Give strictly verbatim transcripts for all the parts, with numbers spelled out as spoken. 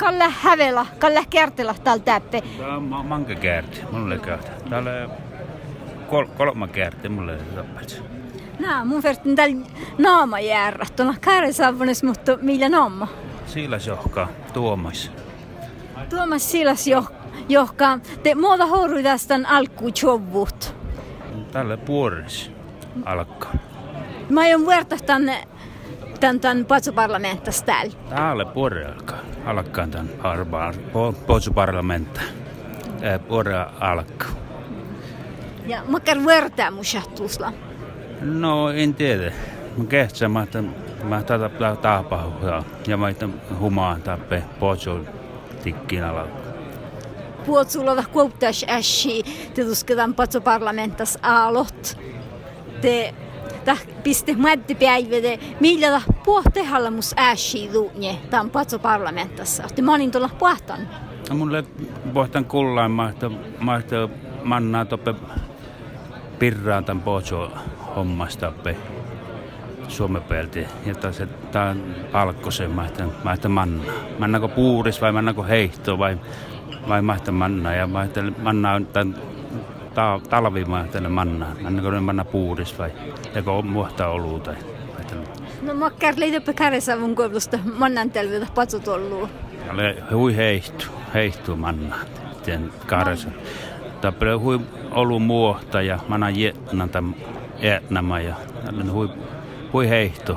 kalle hävela, kalle kertela tal täppe. Täällä on ma- manka käärti, mulle käytä. Täällä on kol- kolma käärti, mulle tappelisi. Nää, mun vertin täällä naama järrattuna. Kääre saavunes, mutta millä naama? Siilas johkaa, Tuomas. Tuomas Silas johkaa. Te muuta hourui tästä alkuun jovut. Täällä puoris alkaa. Mä aion verta tänne tän, tän patsoparlamenttas täällä. Täällä puori alkaa. Alkaa tän patsoparlamenta. Puori alkaa. Ja makkar vertaa mun shahtuusla. No, en tiedä. Mä kehtsän, mä että mä tätä taapaa ja mä että humaan tappe potso tikkiin alalla. Puotsulla kuoptas ässi, te tusketaan patsoparlamenttas aalot. Te täh piste mättipäivede, millä puhtehalla mus ässi duunje tämän patsoparlamentassa. Te mä olin tuolla puhtan. No, mulle pohtan kullaan, mä että mä että mannaa toppe pirraan tämän potso hommasta tappe Suomen päältä. Ja taas tää on palkkosen, mä että mä että mannaa. Mannako puuris vai mannako heihto vai vai mä että mannaa ja mä että mannaa on tän ta- talvi mä että mannaa. Mannako ne manna puuris vai joko muhtaa oluu tai no makkar leidäpä käresavun koulusta mannan telviltä patsotolluu. Ale hui heihtu, heihtu mannaa. Tien kaaressa. Tappele hui olu muohta ja manna jetnan tämän etnämä ja hui hui heihtu.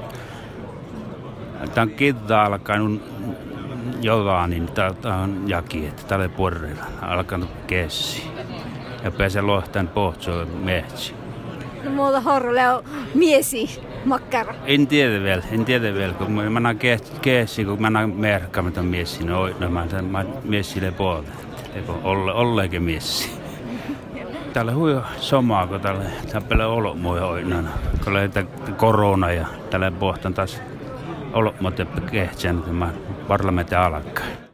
Tän kidda alkanut jotain, niin tää on jaki, että täällä porreilla alkanut kessi. Ja pääsee lohtaan pohtsoon mehtsi. No muuta horrolle on miesi makkara. En tiedä vielä, en tiedä vielä, kun mä näen kessi, kun mä näen merkkamaton miesi, no, no mä näen miesille puolelle. Eikö olle, olleekin miesi. Täällä hui somaa, kun täällä täppele olomuja oinana. Kun lähdetään korona ja täällä pohtan taas olomuja kehtsään, kun mä parlamentin alkaa.